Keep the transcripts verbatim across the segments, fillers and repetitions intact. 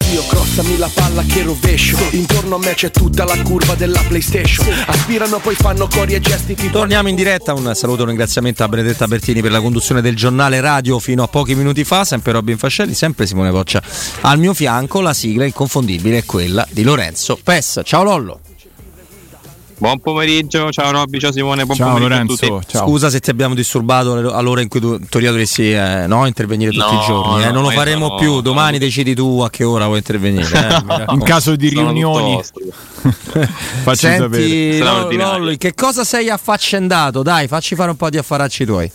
Io crossami la palla che rovescio, intorno a me c'è tutta la curva della PlayStation. Aspirano poi fanno cori e gesti tipo... Torniamo in diretta, un saluto e un ringraziamento a Benedetta Bertini per la conduzione del giornale radio fino a pochi minuti fa, sempre Robin Fascelli, sempre Simone Voccia al mio fianco. La sigla inconfondibile è quella di Lorenzo Pes. Ciao Lollo. Buon pomeriggio, ciao Robby, ciao Simone, buon ciao pomeriggio Lorenzo, a tutti. Ciao. Scusa se ti abbiamo disturbato all'ora in cui tu in teoria dovresti eh, no, intervenire tutti no, i giorni, eh. no, non lo faremo no, più, no, domani no. decidi tu a che ora vuoi intervenire. Eh, in caso di riunioni facci Senti, sapere. Lollo, che cosa sei affaccendato? Dai, facci fare un po' di affaracci tuoi.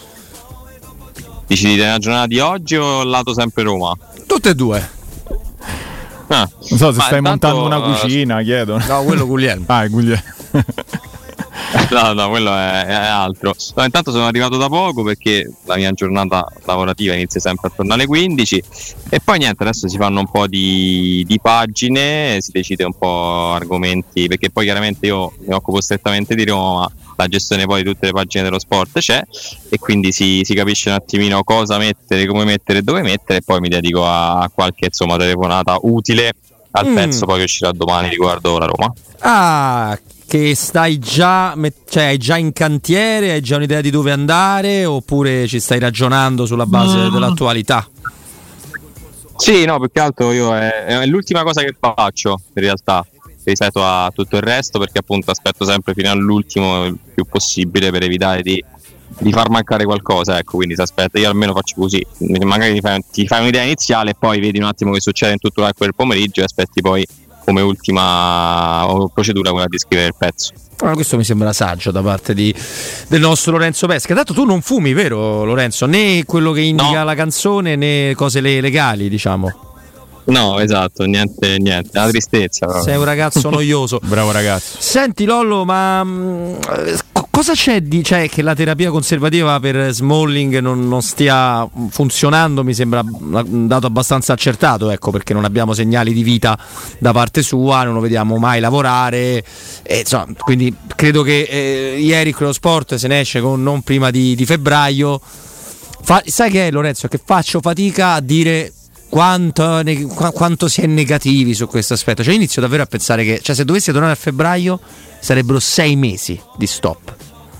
Dici della giornata di oggi o lato sempre Roma? Tutte e due. Ah. Non so se Ma stai intanto, montando una cucina, chiedo. No, quello Guglielmo. Ah, è Guglielmo. No, no, quello è, è altro. No, intanto sono arrivato da poco perché la mia giornata lavorativa inizia sempre attorno alle quindici e poi niente, adesso si fanno un po' di, di pagine, si decide un po' argomenti, perché poi chiaramente io mi occupo strettamente di Roma, ma la gestione poi di tutte le pagine dello sport c'è e quindi si, si capisce un attimino cosa mettere, come mettere e dove mettere e poi mi dedico a, a qualche insomma telefonata utile al mm. pezzo poi che uscirà domani riguardo la Roma. Ah, che stai già, cioè hai già in cantiere, hai già un'idea di dove andare oppure ci stai ragionando sulla base mm. dell'attualità? Sì, no, più che altro io è, è l'ultima cosa che faccio in realtà rispetto a tutto il resto, perché appunto aspetto sempre fino all'ultimo il più possibile per evitare di, di far mancare qualcosa, ecco, quindi si aspetta, io almeno faccio così, magari ti fai, ti fai un'idea iniziale e poi vedi un attimo che succede in tutto quel pomeriggio e aspetti poi come ultima procedura quella di scrivere il pezzo. Ah, questo mi sembra saggio da parte di, del nostro Lorenzo Pesca. Tanto tu non fumi, vero Lorenzo? Né quello che indica no. la canzone né cose le- legali, diciamo. No, esatto, niente, niente, una tristezza. Proprio. Sei un ragazzo noioso. Bravo ragazzo. Senti Lollo, ma mh, cosa c'è di cioè che la terapia conservativa per Smalling non, non stia funzionando? Mi sembra un dato abbastanza accertato, ecco, perché non abbiamo segnali di vita da parte sua, non lo vediamo mai lavorare, e, insomma, quindi credo che eh, ieri quello sport se ne esce con non prima di, di febbraio. Fa, sai che è Lorenzo? Che faccio fatica a dire Quanto, quanto si è negativi su questo aspetto, cioè inizio davvero a pensare che cioè, se dovessi tornare a febbraio sarebbero sei mesi di stop.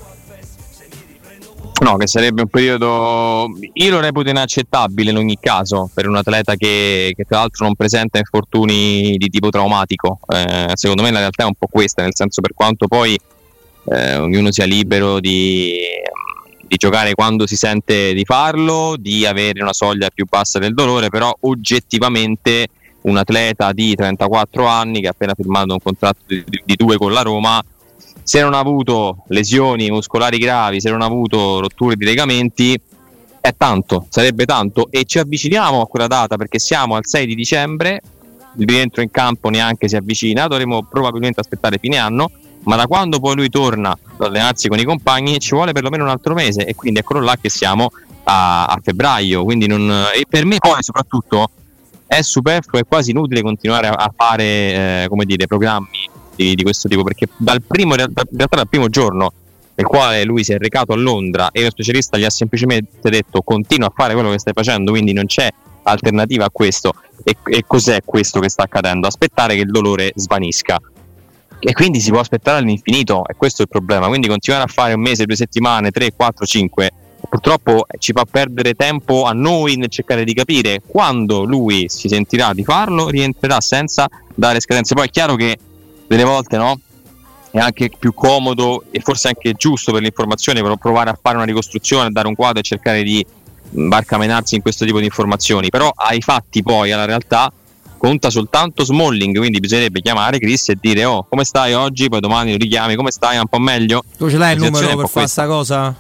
No, che sarebbe un periodo, io lo reputo inaccettabile in ogni caso per un atleta che, che tra l'altro non presenta infortuni di tipo traumatico. Eh, secondo me la realtà è un po' questa, nel senso, per quanto poi eh, ognuno sia libero di di giocare quando si sente di farlo, di avere una soglia più bassa del dolore, però oggettivamente un atleta di trentaquattro anni che ha appena firmato un contratto di, di, di due con la Roma, se non ha avuto lesioni muscolari gravi, se non ha avuto rotture di legamenti, è tanto, sarebbe tanto, e ci avviciniamo a quella data perché siamo al sei di dicembre, il rientro in campo neanche si avvicina, dovremo probabilmente aspettare fine anno, ma da quando poi lui torna ad allenarsi con i compagni ci vuole perlomeno un altro mese e quindi eccolo là che siamo a, a febbraio, quindi non, e per me poi soprattutto è superfluo e quasi inutile continuare a, a fare eh, come dire programmi di, di questo tipo, perché dal primo, in realtà dal primo giorno nel quale lui si è recato a Londra e lo specialista gli ha semplicemente detto continua a fare quello che stai facendo, quindi non c'è alternativa a questo. E, e cos'è questo che sta accadendo? Aspettare che il dolore svanisca. E quindi si può aspettare all'infinito, e questo è il problema. Quindi continuare a fare un mese, due settimane, tre, quattro, cinque purtroppo ci fa perdere tempo a noi nel cercare di capire quando lui si sentirà di farlo, rientrerà senza dare scadenze. Poi è chiaro che delle volte no, è anche più comodo e forse anche giusto per l'informazione per provare a fare una ricostruzione, dare un quadro e cercare di barcamenarsi in questo tipo di informazioni, però ai fatti poi, alla realtà, conta soltanto Smalling, quindi bisognerebbe chiamare Chris e dire oh, come stai oggi, poi domani lo richiami, come stai, un po' meglio. Tu ce l'hai il numero per fare sta cosa?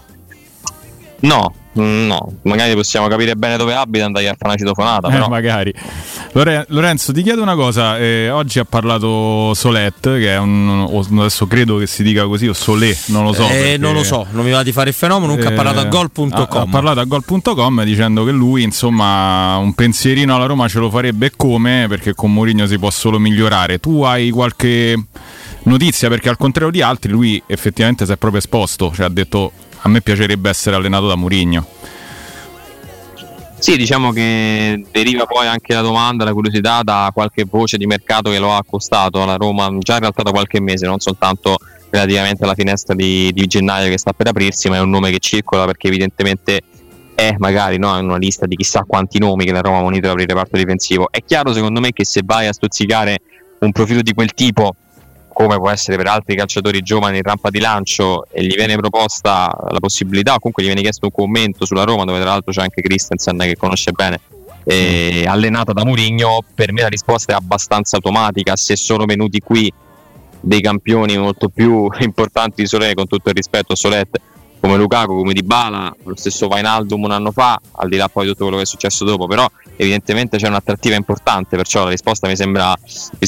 No, no, magari possiamo capire bene dove abita, andare a fare una citofonata, eh, però. magari. Lore- Lorenzo, ti chiedo una cosa, eh, oggi ha parlato Solet, che è un, adesso credo che si dica così, o Solé, non lo so. Eh, non lo so, non mi va di fare il fenomeno, comunque eh, ha parlato a gol punto com. Ha, ha parlato a gol punto com dicendo che lui, insomma, un pensierino alla Roma ce lo farebbe e come, perché con Mourinho si può solo migliorare. Tu hai qualche notizia? Perché al contrario di altri lui effettivamente si è proprio esposto, cioè ha detto a me piacerebbe essere allenato da Mourinho. Sì, diciamo che deriva poi anche la domanda, la curiosità da qualche voce di mercato che lo ha accostato alla Roma già in realtà da qualche mese, non soltanto relativamente alla finestra di, di gennaio che sta per aprirsi, ma è un nome che circola perché evidentemente è magari, no, in una lista di chissà quanti nomi che la Roma monitora per il reparto difensivo. È chiaro secondo me che se vai a stuzzicare un profilo di quel tipo, come può essere per altri calciatori giovani in rampa di lancio, e gli viene proposta la possibilità, o comunque gli viene chiesto un commento sulla Roma, dove tra l'altro c'è anche Christensen che conosce bene, eh, allenato da Mourinho, per me la risposta è abbastanza automatica. Se sono venuti qui dei campioni molto più importanti di Solé, con tutto il rispetto a Solette, come Lukaku, come Dybala, lo stesso Wijnaldum un anno fa, al di là poi di tutto quello che è successo dopo, però evidentemente c'è un'attrattiva importante, perciò la risposta mi sembra, mi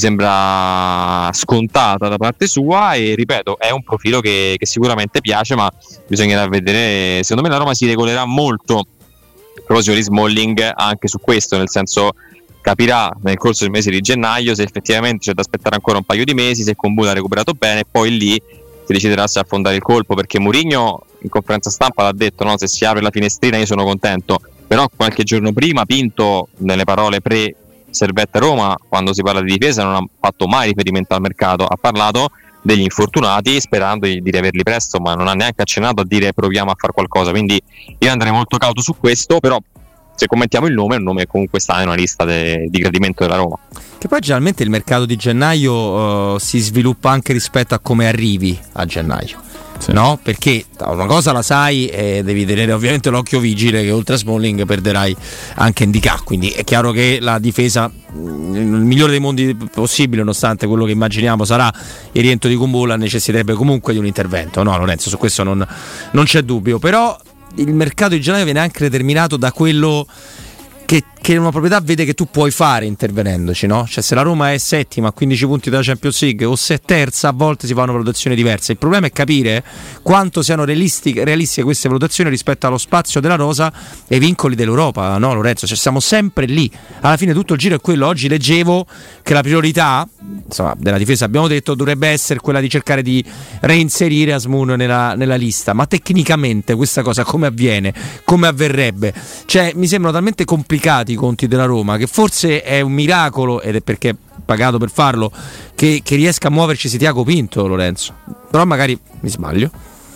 sembra scontata da parte sua, e ripeto, è un profilo che, che sicuramente piace, ma bisognerà vedere. Secondo me la Roma si regolerà molto a proposito di Smalling anche su questo, nel senso capirà nel corso del mese di gennaio se effettivamente c'è da aspettare ancora un paio di mesi, se Kumbulla ha recuperato bene, e poi lì si deciderà se affondare il colpo, perché Mourinho in conferenza stampa l'ha detto, no? Se si apre la finestrina io sono contento, però qualche giorno prima Pinto, nelle parole pre Servette Roma, quando si parla di difesa non ha fatto mai riferimento al mercato, ha parlato degli infortunati sperando di, di averli presto, ma non ha neanche accennato a dire proviamo a fare qualcosa, quindi io andrei molto cauto su questo, però se commentiamo il nome, è un nome che comunque sta in una lista de, di gradimento della Roma. Che poi generalmente il mercato di gennaio uh, si sviluppa anche rispetto a come arrivi a gennaio, sì. No? Perché una cosa la sai e devi tenere ovviamente l'occhio vigile che oltre a Smalling perderai anche Ndicà, quindi è chiaro che la difesa nel migliore dei mondi possibili, nonostante quello che immaginiamo sarà il rientro di Kumbulla, necessiterebbe comunque di un intervento, no Lorenzo? Su questo non, non c'è dubbio, però il mercato di gennaio viene anche determinato da quello che, che una proprietà vede che tu puoi fare intervenendoci, no? Cioè se la Roma è settima a quindici punti dalla Champions League o se è terza, a volte si fa una valutazione diversa. Il problema è capire quanto siano realistiche, realistiche queste valutazioni rispetto allo spazio della rosa e i vincoli dell'Europa, no Lorenzo? Cioè siamo sempre lì, alla fine tutto il giro è quello. Oggi leggevo che la priorità, insomma, della difesa abbiamo detto dovrebbe essere quella di cercare di reinserire Asmun nella, nella lista, ma tecnicamente questa cosa come avviene? Come avverrebbe? Cioè mi sembrano talmente complicati i conti della Roma che forse è un miracolo, ed è perché è pagato per farlo, che, che riesca a muoverci Thiago Pinto, Lorenzo, però magari mi sbaglio.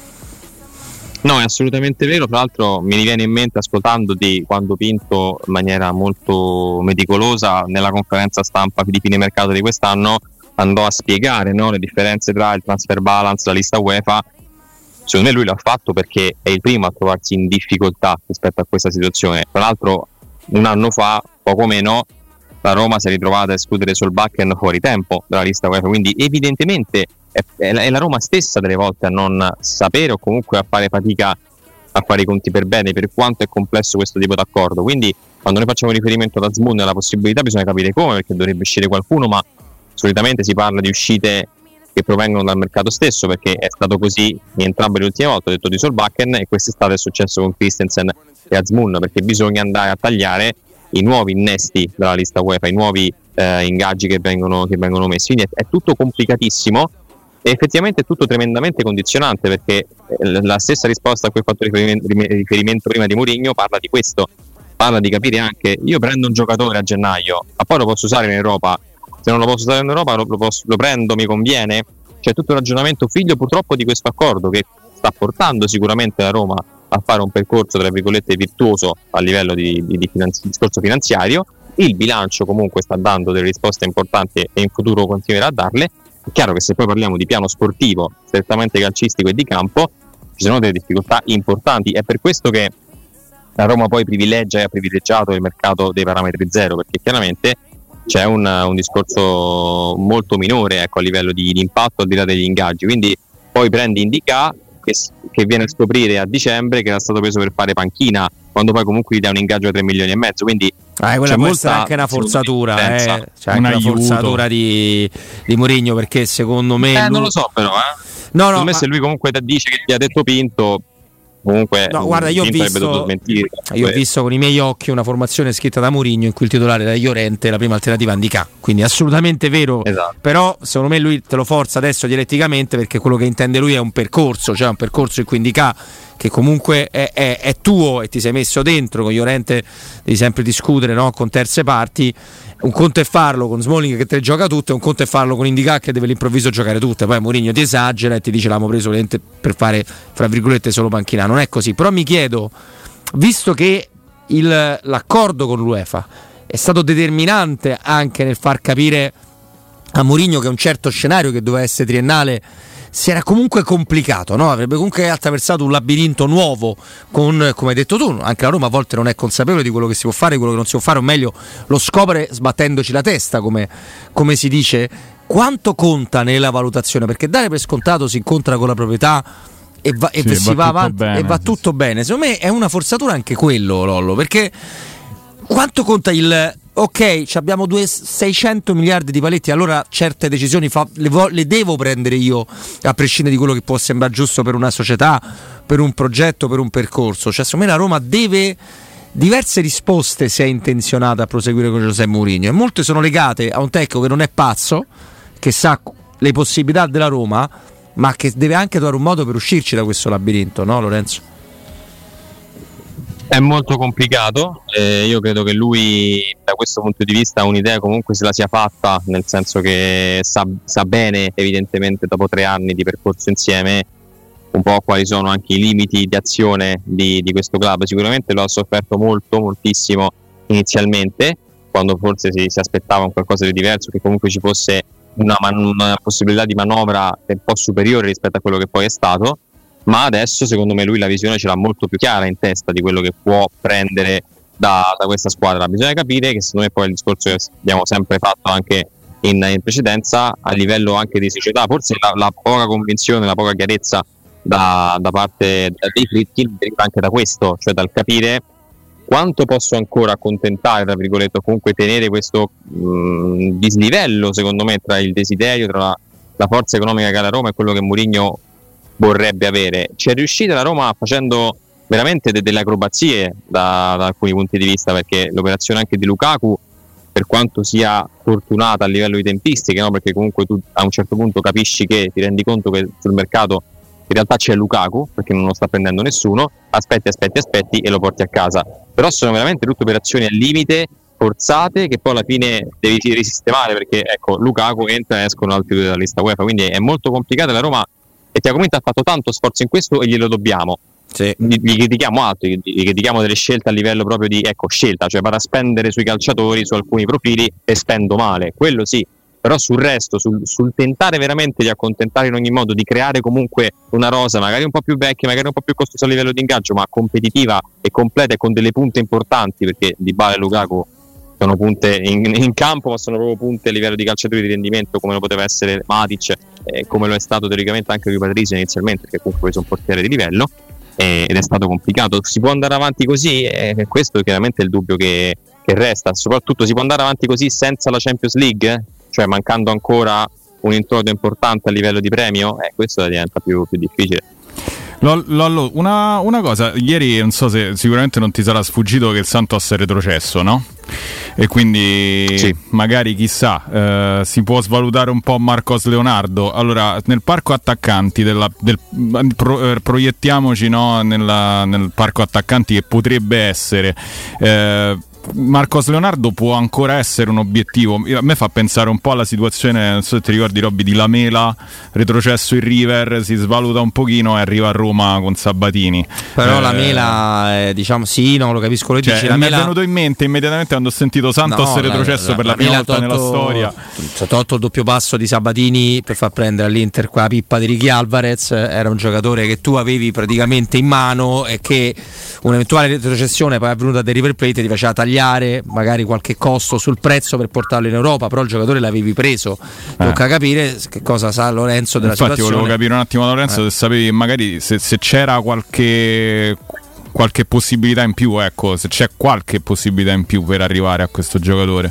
No, è assolutamente vero. Tra l'altro mi viene in mente, ascoltandoti, quando Pinto in maniera molto meticolosa nella conferenza stampa di fine mercato di quest'anno andò a spiegare, no, le differenze tra il transfer balance, la lista UEFA. Secondo me lui l'ha fatto perché è il primo a trovarsi in difficoltà rispetto a questa situazione. Tra l'altro un anno fa, poco meno, la Roma si è ritrovata a escludere Solbakken fuori tempo dalla lista UEFA, quindi evidentemente è, è la Roma stessa delle volte a non sapere o comunque a fare fatica a fare i conti per bene, per quanto è complesso questo tipo d'accordo. Quindi quando noi facciamo riferimento ad Azmoun e alla possibilità, bisogna capire come, perché dovrebbe uscire qualcuno, ma solitamente si parla di uscite che provengono dal mercato stesso, perché è stato così in entrambe le ultime volte. Ho detto di Solbakken, e quest'estate è successo con Christensen e Azmoun, perché bisogna andare a tagliare i nuovi innesti dalla lista UEFA, i nuovi eh, ingaggi che vengono, che vengono messi. Quindi è, è tutto complicatissimo e effettivamente è tutto tremendamente condizionante, perché la stessa risposta a cui ho fatto riferimento, riferimento prima di Mourinho parla di questo, parla di capire anche: io prendo un giocatore a gennaio, ma poi lo posso usare in Europa, se non lo posso usare in Europa lo, lo, posso, lo prendo, mi conviene? C'è tutto un ragionamento figlio purtroppo di questo accordo che sta portando sicuramente la Roma a fare un percorso tra virgolette virtuoso a livello di, di, di finanzi- discorso finanziario. Il bilancio comunque sta dando delle risposte importanti e in futuro continuerà a darle. È chiaro che se poi parliamo di piano sportivo strettamente calcistico e di campo ci sono delle difficoltà importanti. È per questo che la Roma poi privilegia e ha privilegiato il mercato dei parametri zero, perché chiaramente c'è un, un discorso molto minore, ecco, a livello di, di impatto al di là degli ingaggi. Quindi poi prendi Ndicà che, che viene a scoprire a dicembre che era stato preso per fare panchina, quando poi comunque gli dà un ingaggio da tre milioni e mezzo. Quindi ah, quella può essere anche una forzatura, eh. C'è anche una forzatura di, di Mourinho, perché secondo me eh, lui... non lo so però eh. no, secondo no, me ma... se lui comunque dice che gli ha detto Pinto, comunque no, guarda, io ho, visto, io ho visto con i miei occhi una formazione scritta da Mourinho in cui il titolare era Llorente, la prima alternativa Ndicà, quindi assolutamente vero, esatto. Però secondo me lui te lo forza adesso dialetticamente, perché quello che intende lui è un percorso, cioè un percorso in cui Ndicà che comunque è, è, è tuo e ti sei messo dentro. Con Llorente devi sempre discutere, no? Con terze parti. Un conto è farlo con Smalling che te le gioca tutte, un conto è farlo con Indica che deve all'improvviso giocare tutte. Poi Mourinho ti esagera e ti dice l'abbiamo preso per fare, fra virgolette, solo panchina. Non è così. Però mi chiedo, visto che il, l'accordo con l'UEFA è stato determinante anche nel far capire a Mourinho che un certo scenario che doveva essere triennale si era comunque complicato, no? Avrebbe comunque attraversato un labirinto nuovo con, come hai detto tu, anche la Roma a volte non è consapevole di quello che si può fare, di quello che non si può fare, o meglio lo scopre sbattendoci la testa, come, come si dice. Quanto conta nella valutazione? Perché dare per scontato si incontra con la proprietà e va, e sì, si va va avanti bene, e va sì, tutto sì. bene. Secondo me è una forzatura anche quello, Lollo, perché quanto conta il ok, abbiamo due, seicento miliardi di paletti, allora certe decisioni fa, le, vo, le devo prendere io, a prescindere di quello che può sembrare giusto per una società, per un progetto, per un percorso. Cioè, secondo me la Roma deve diverse risposte se è intenzionata a proseguire con José Mourinho, e molte sono legate a un tecnico che non è pazzo, che sa le possibilità della Roma, ma che deve anche trovare un modo per uscirci da questo labirinto, no Lorenzo? È molto complicato, eh, io credo che lui da questo punto di vista un'idea comunque se la sia fatta, nel senso che sa, sa bene evidentemente dopo tre anni di percorso insieme un po' quali sono anche i limiti di azione di, di questo club. Sicuramente lo ha sofferto molto, moltissimo inizialmente, quando forse si, si aspettava un qualcosa di diverso, che comunque ci fosse una, man- una possibilità di manovra un po' superiore rispetto a quello che poi è stato. Ma adesso secondo me lui la visione ce l'ha molto più chiara in testa di quello che può prendere da, da questa squadra. Bisogna capire che secondo me poi il discorso che abbiamo sempre fatto anche in, in precedenza a livello anche di società, forse la, la poca convinzione, la poca chiarezza da, da parte dei Friedkin deriva anche da questo, cioè dal capire quanto posso ancora accontentare, tra virgolette, o comunque tenere questo mh, dislivello secondo me tra il desiderio, tra la, la forza economica che ha la Roma e quello che Mourinho vorrebbe avere. C'è riuscita la Roma facendo veramente de- delle acrobazie da, da alcuni punti di vista, perché l'operazione anche di Lukaku, per quanto sia fortunata a livello di tempistiche, no? Perché comunque tu a un certo punto capisci che ti rendi conto che sul mercato in realtà c'è Lukaku, perché non lo sta prendendo nessuno, aspetti, aspetti, aspetti e lo porti a casa. Però sono veramente tutte operazioni al limite, forzate, che poi alla fine devi risistemare, perché ecco, Lukaku entra e escono altri due dalla lista UEFA, quindi è molto complicata. La Roma e Tiago Pinto ha fatto tanto sforzo in questo e glielo dobbiamo. Sì. Gli, gli critichiamo altro, gli, gli critichiamo delle scelte a livello proprio di ecco scelta, cioè vado a spendere sui calciatori, su alcuni profili e spendo male, quello sì, però sul resto, sul, sul tentare veramente di accontentare in ogni modo, di creare comunque una rosa magari un po' più vecchia, magari un po' più costosa a livello di ingaggio, ma competitiva e completa e con delle punte importanti, perché Dybala e Lukaku sono punte in, in campo, ma sono proprio punte a livello di calciatori di rendimento, come lo poteva essere Matic, eh, come lo è stato teoricamente anche Rui Patricio inizialmente, perché comunque è un portiere di livello, eh, ed è stato complicato. Si può andare avanti così? Eh, questo è chiaramente il dubbio che, che resta. Soprattutto si può andare avanti così senza la Champions League? Cioè mancando ancora un introito importante a livello di premio? Eh, questo diventa più, più difficile. Lollo, una, una cosa, ieri non so se sicuramente non ti sarà sfuggito che il Santos è retrocesso, no? E quindi sì, magari chissà, eh, si può svalutare un po' Marcos Leonardo. Allora, nel parco attaccanti della, del, pro, eh, proiettiamoci, no, nella, nel parco attaccanti che potrebbe essere eh, Marcos Leonardo può ancora essere un obiettivo. A me fa pensare un po' alla situazione, non so se ti ricordi Robby, di Lamela, retrocesso in River, si svaluta un pochino e arriva a Roma con Sabatini. Però eh, Lamela, eh, diciamo sì, no, lo capisco, lo cioè, dici, mi Lamela... è venuto in mente immediatamente quando ho sentito Santos no, retrocesso la, la, per la, la prima volta tolto, nella storia. Tolto il doppio passo di Sabatini per far prendere all'Inter quella pippa di Ricky Alvarez, era un giocatore che tu avevi praticamente in mano e che un'eventuale retrocessione poi avvenuta dai River Plate ti faceva tagliare magari qualche costo sul prezzo per portarlo in Europa, però il giocatore l'avevi preso. Eh. Tocca capire che cosa sa Lorenzo della Infatti situazione. volevo capire un attimo Lorenzo eh. se sapevi magari se, se c'era qualche qualche possibilità in più, ecco, se c'è qualche possibilità in più per arrivare a questo giocatore.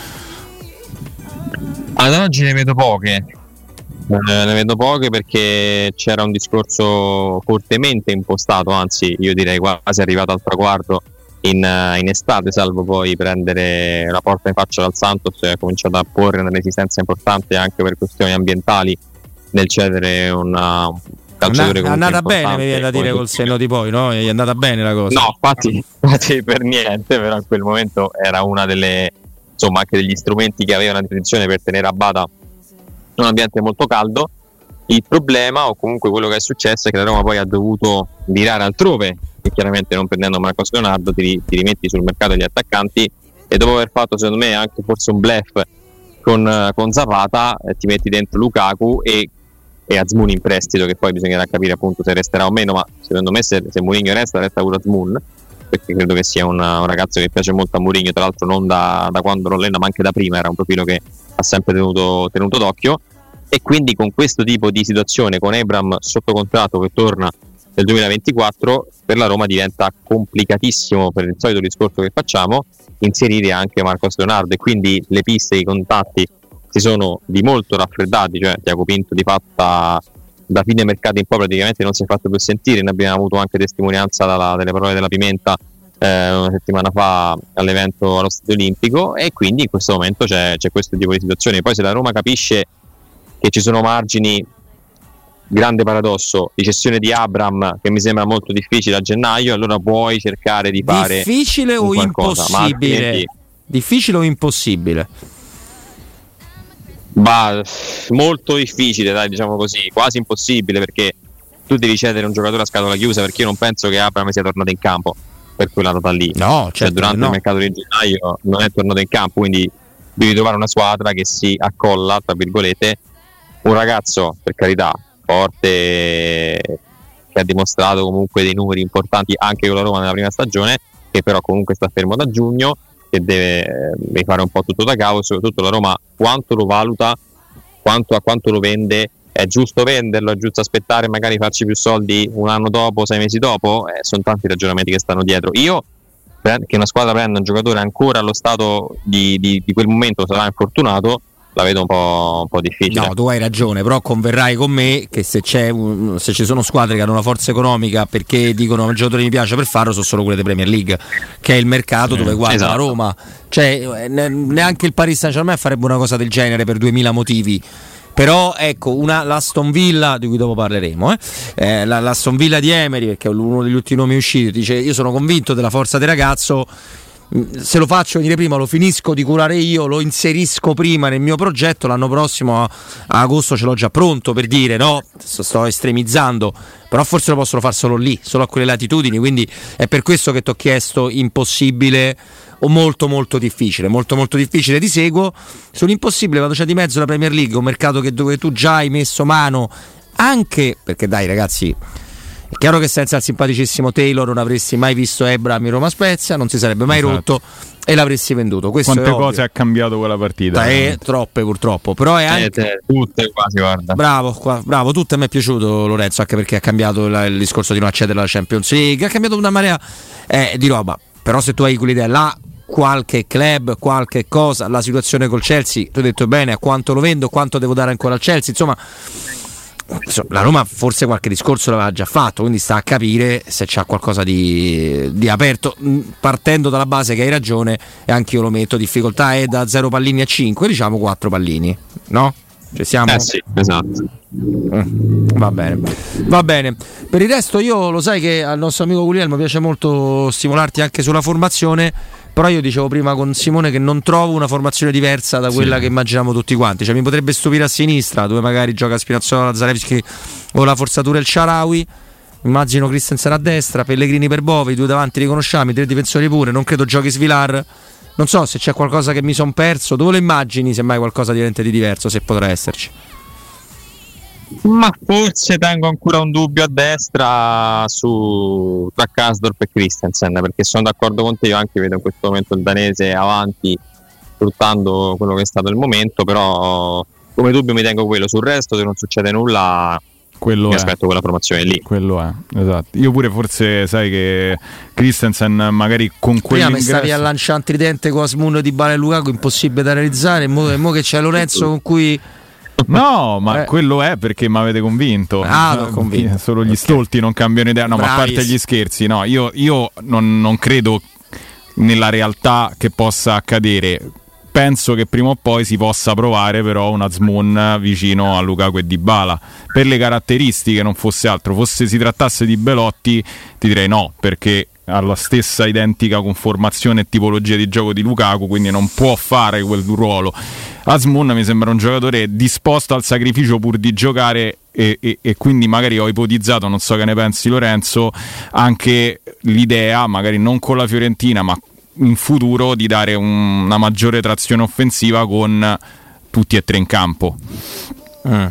Ad oggi ne vedo poche. Ne vedo poche perché c'era un discorso fortemente impostato, anzi io direi quasi arrivato al traguardo in, in estate, salvo poi prendere la porta in faccia dal Santos e ha cominciato a porre una resistenza importante anche per questioni ambientali nel cedere una, calciatore è andata bene, mi viene da dire poi, col senno di poi, no? È andata bene la cosa. No, infatti, infatti per niente, però in quel momento era una delle, insomma, anche degli strumenti che avevano a disposizione per tenere a bada un ambiente molto caldo. Il problema, o comunque quello che è successo, è che la Roma poi ha dovuto virare altrove, e chiaramente non prendendo Marcos Leonardo ti, ti rimetti sul mercato degli attaccanti, e dopo aver fatto secondo me anche forse un bluff con, con Zapata, eh, ti metti dentro Lukaku e, e Azmoun in prestito, che poi bisognerà capire appunto se resterà o meno, ma secondo me se, se Mourinho resta, resta pure Azmoun, perché credo che sia una, un ragazzo che piace molto a Mourinho, tra l'altro non da, da quando lo allena ma anche da prima, era un profilo che ha sempre tenuto, tenuto d'occhio, e quindi con questo tipo di situazione, con Abraham sotto contratto che torna nel duemilaventiquattro, per la Roma diventa complicatissimo, per il solito discorso che facciamo, inserire anche Marcos Leonardo, e quindi le piste, i contatti si sono di molto raffreddati, cioè Tiago Pinto di fatta da fine mercato in poi praticamente non si è fatto più sentire, ne abbiamo avuto anche testimonianza dalla, delle parole della Pimenta eh, una settimana fa all'evento allo Stadio Olimpico, e quindi in questo momento c'è, c'è questo tipo di situazione. Poi se la Roma capisce che ci sono margini, grande paradosso, di cessione di Abraham che mi sembra molto difficile a gennaio, allora puoi cercare di fare difficile o qualcosa, impossibile? altrimenti... Difficile o impossibile? Bah, molto difficile, dai, diciamo così, quasi impossibile, perché tu devi cedere un giocatore a scatola chiusa, perché io non penso che Abraham sia tornato in campo per quella data lì. No, certo, cioè, durante no. il mercato di gennaio non è tornato in campo, quindi devi trovare una squadra che si accolla, tra virgolette, un ragazzo, per carità, forte, che ha dimostrato comunque dei numeri importanti anche con la Roma nella prima stagione, che però comunque sta fermo da giugno, che deve, eh, deve fare un po' tutto da capo. Soprattutto la Roma quanto lo valuta, quanto, a quanto lo vende, è giusto venderlo, è giusto aspettare, magari farci più soldi un anno dopo, sei mesi dopo, eh, sono tanti ragionamenti che stanno dietro. Io che una squadra prenda un giocatore ancora allo stato di, di, di quel momento, sarà infortunato, la vedo un po', un po' difficile. No, tu hai ragione, però converrai con me che se c'è un, se ci sono squadre che hanno una forza economica perché dicono un giocatore mi piace per farlo, sono solo quelle di Premier League, che è il mercato dove guarda esatto. La Roma, cioè neanche il Paris Saint-Germain farebbe una cosa del genere per duemila motivi. Però ecco, una, l'Aston Villa, di cui dopo parleremo, eh? Eh, la, l'Aston Villa di Emery, perché è uno degli ultimi nomi usciti, dice io sono convinto della forza del ragazzo, se lo faccio venire prima lo finisco di curare io, lo inserisco prima nel mio progetto, l'anno prossimo a, a agosto ce l'ho già pronto, per dire, no, sto estremizzando, però forse lo possono fare solo lì, solo a quelle latitudini, quindi è per questo che ti ho chiesto impossibile o molto molto difficile, molto molto difficile. Ti seguo sull'impossibile, quando c'è di mezzo la Premier League, un mercato che dove tu già hai messo mano, anche perché dai ragazzi, è chiaro che senza il simpaticissimo Taylor non avresti mai visto Abraham in Roma Spezia, non si sarebbe mai esatto. rotto e l'avresti venduto. Questo quante è cose ha cambiato quella partita? Eh, troppe purtroppo, però è anche eh, tutte quasi, guarda. Bravo, qua, bravo, tutte. A me è piaciuto Lorenzo, anche perché ha cambiato la, il discorso di non accedere alla Champions League, ha cambiato una marea eh, di roba. Però se tu hai quell'idea là, qualche club, qualche cosa, la situazione col Chelsea, tu hai detto bene, a quanto lo vendo, quanto devo dare ancora al Chelsea, insomma la Roma forse qualche discorso l'aveva già fatto, quindi sta a capire se c'ha qualcosa di, di aperto, partendo dalla base che hai ragione, e anche io lo metto, difficoltà è da zero pallini a cinque, diciamo quattro pallini, no? Cioè siamo... Eh sì, esatto. Mm, va bene, va bene. Per il resto io lo sai che al nostro amico Guglielmo piace molto stimolarti anche sulla formazione, però io dicevo prima con Simone che non trovo una formazione diversa da quella sì. che immaginiamo tutti quanti, cioè mi potrebbe stupire a sinistra dove magari gioca Spinazzola, Zalewski o la forzatura El Shaarawy, immagino Christensen a destra, Pellegrini per Bove, i due davanti li conosciamo, i tre difensori pure, non credo giochi Svilar. Non so se c'è qualcosa che mi son perso, dove lo immagini semmai qualcosa di diverso, se potrà esserci? Ma forse tengo ancora un dubbio a destra su tra Karsdorp e Christensen, perché sono d'accordo con te, io anche vedo in questo momento il danese avanti sfruttando quello che è stato il momento, però come dubbio mi tengo quello. Sul resto, se non succede nulla, quello mi è. aspetto quella formazione lì. Quello è, esatto. Io pure forse sai che Christensen magari con prima quell'ingresso... mi stavi a lanciare un tridente con Asmun, Dybala e Lukaku, impossibile da realizzare, e mo, e mo che c'è Lorenzo con cui... No, ma eh. quello è perché mi avete convinto. Ah, l'ho convinto. Solo gli okay. stolti non cambiano idea. No, Bravis. ma a parte gli scherzi, no, io, io non, non credo nella realtà che possa accadere. penso che prima o poi si possa provare però una Azmoun vicino a Lukaku e Dybala per le caratteristiche, non fosse altro. Fosse si trattasse di Belotti ti direi no, perché ha la stessa identica conformazione e tipologia di gioco di Lukaku, quindi non può fare quel ruolo. Azmoun mi sembra un giocatore disposto al sacrificio pur di giocare e, e, e quindi magari ho ipotizzato, non so che ne pensi Lorenzo, anche l'idea, magari non con la Fiorentina ma in futuro, di dare un, una maggiore trazione offensiva con tutti e tre in campo. Mm.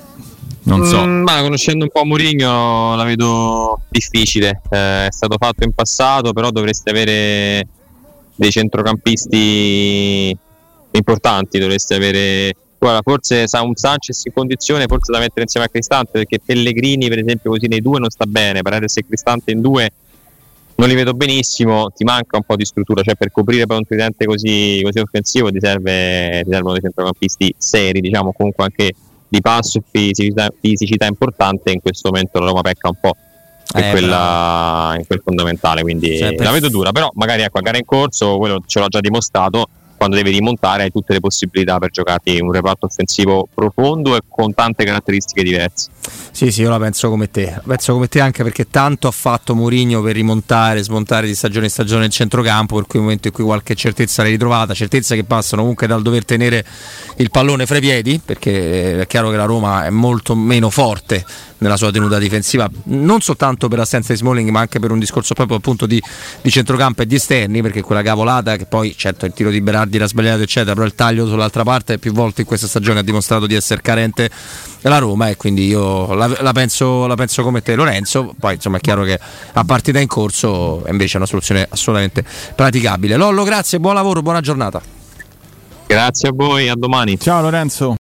Non so. Mm, ma conoscendo un po' Mourinho la vedo difficile. Eh, è stato fatto in passato, però dovreste avere dei centrocampisti importanti. Dovreste avere, guarda, forse sa un Sanchez in condizione, forse da mettere insieme a Cristante, perché Pellegrini per esempio così nei due non sta bene. Paredes e Cristante in due non li vedo benissimo. Ti manca un po' di struttura, cioè per coprire per un tridente così, così offensivo ti serve, ti servono dei centrocampisti seri, diciamo, comunque anche di passo e fisicità, fisicità importante. In questo momento la Roma pecca un po' in, eh, quella, in quel fondamentale, quindi cioè, la vedo dura, però magari ecco, a gara in corso quello ce l'ho già dimostrato. Quando devi rimontare hai tutte le possibilità per giocarti un reparto offensivo profondo e con tante caratteristiche diverse. Sì, sì, io la penso come te, la penso come te anche perché tanto ha fatto Mourinho per rimontare, smontare di stagione in stagione il centrocampo, per cui nel momento in cui qualche certezza l'hai ritrovata, certezze che passano comunque dal dover tenere il pallone fra i piedi, perché è chiaro che la Roma è molto meno forte nella sua tenuta difensiva, non soltanto per l'assenza di Smalling ma anche per un discorso proprio appunto di, di centrocampo e di esterni, perché quella cavolata che poi certo il tiro di Berardi era sbagliato eccetera, però il taglio sull'altra parte più volte in questa stagione ha dimostrato di essere carente la Roma, e quindi io la, la, penso, la penso come te Lorenzo. Poi insomma è chiaro che a partita in corso è invece una soluzione assolutamente praticabile. Lollo, grazie, buon lavoro, buona giornata. Grazie a voi, a domani. Ciao Lorenzo.